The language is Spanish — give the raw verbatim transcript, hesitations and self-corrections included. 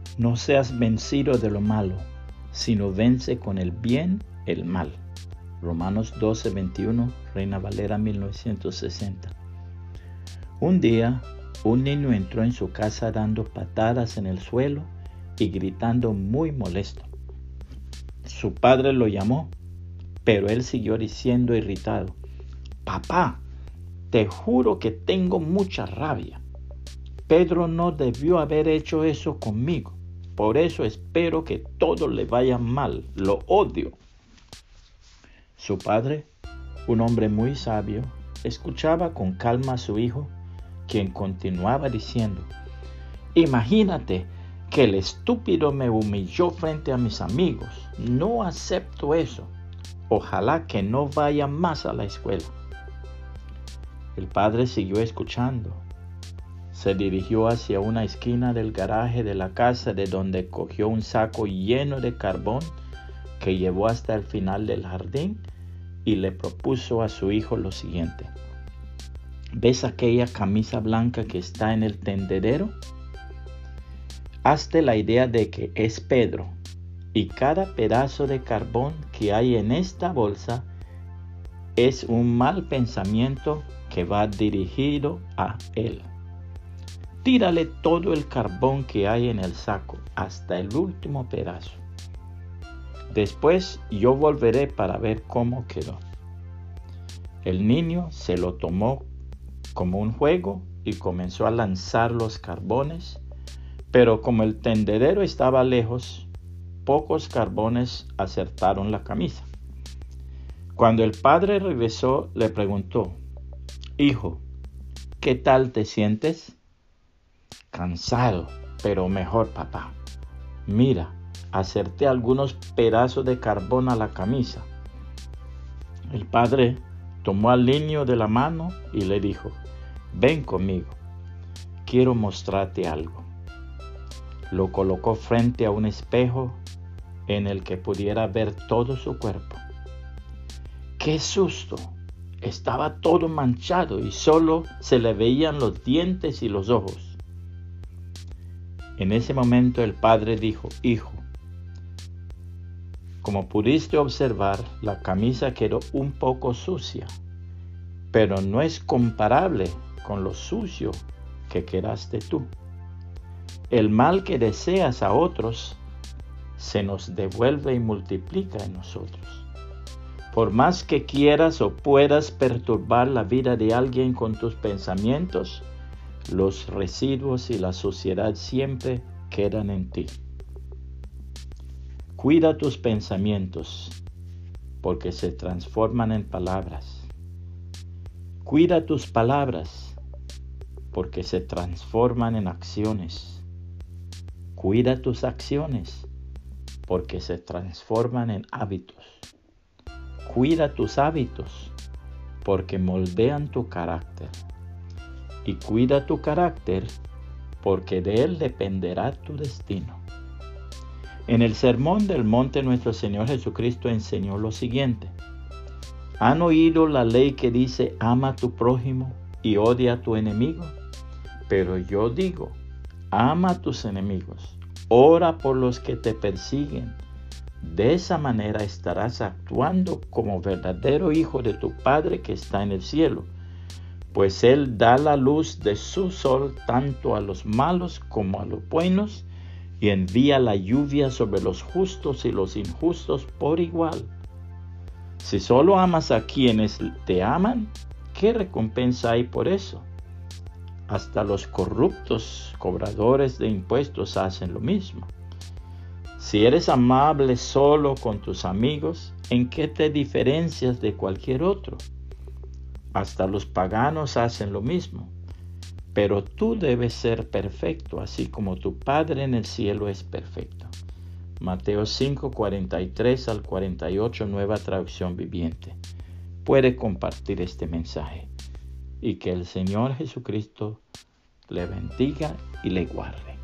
No seas vencido de lo malo, sino vence con el bien el mal. Romanos doce, veintiuno, Reina Valera mil novecientos sesenta. Un día, un niño entró en su casa dando patadas en el suelo y gritando muy molesto. Su padre lo llamó, pero él siguió diciendo irritado: «Papá, te juro que tengo mucha rabia. Pedro no debió haber hecho eso conmigo. Por eso espero que todo le vaya mal. Lo odio». Su padre, un hombre muy sabio, escuchaba con calma a su hijo, quien continuaba diciendo: «Imagínate que el estúpido me humilló frente a mis amigos. No acepto eso. Ojalá que no vaya más a la escuela». El padre siguió escuchando. Se dirigió hacia una esquina del garaje de la casa, de donde cogió un saco lleno de carbón que llevó hasta el final del jardín y le propuso a su hijo lo siguiente: «¿Ves aquella camisa blanca que está en el tendedero? Hazte la idea de que es Pedro, y cada pedazo de carbón que hay en esta bolsa es un mal pensamiento que va dirigido a él. Tírale todo el carbón que hay en el saco, hasta el último pedazo. Después yo volveré para ver cómo quedó». El niño se lo tomó como un juego y comenzó a lanzar los carbones, pero como el tendedero estaba lejos, pocos carbones acertaron la camisa. Cuando el padre regresó, le preguntó: «Hijo, ¿qué tal te sientes?» «Cansado, pero mejor, papá. Mira, acerté algunos pedazos de carbón a la camisa». El padre tomó al niño de la mano y le dijo: «Ven conmigo, quiero mostrarte algo». Lo colocó frente a un espejo en el que pudiera ver todo su cuerpo. ¡Qué susto! Estaba todo manchado y solo se le veían los dientes y los ojos. En ese momento el padre dijo: «Hijo, como pudiste observar, la camisa quedó un poco sucia, pero no es comparable con lo sucio que quedaste tú. El mal que deseas a otros se nos devuelve y multiplica en nosotros. Por más que quieras o puedas perturbar la vida de alguien con tus pensamientos, los residuos y la suciedad siempre quedan en ti. Cuida tus pensamientos, porque se transforman en palabras. Cuida tus palabras, porque se transforman en acciones. Cuida tus acciones, porque se transforman en hábitos. Cuida tus hábitos, porque moldean tu carácter. Y cuida tu carácter, porque de él dependerá tu destino». En el Sermón del Monte, nuestro Señor Jesucristo enseñó lo siguiente: ¿Han oído la ley que dice: ama a tu prójimo y odia a tu enemigo? Pero yo digo: ama a tus enemigos, ora por los que te persiguen. De esa manera estarás actuando como verdadero hijo de tu Padre que está en el cielo, pues Él da la luz de su sol tanto a los malos como a los buenos, y envía la lluvia sobre los justos y los injustos por igual. Si solo amas a quienes te aman, ¿qué recompensa hay por eso? Hasta los corruptos cobradores de impuestos hacen lo mismo. Si eres amable solo con tus amigos, ¿en qué te diferencias de cualquier otro? Hasta los paganos hacen lo mismo. Pero tú debes ser perfecto, así como tu Padre en el cielo es perfecto. Mateo cinco, cuarenta y tres al cuarenta y ocho, Nueva Traducción Viviente. Puede compartir este mensaje, y que el Señor Jesucristo le bendiga y le guarde.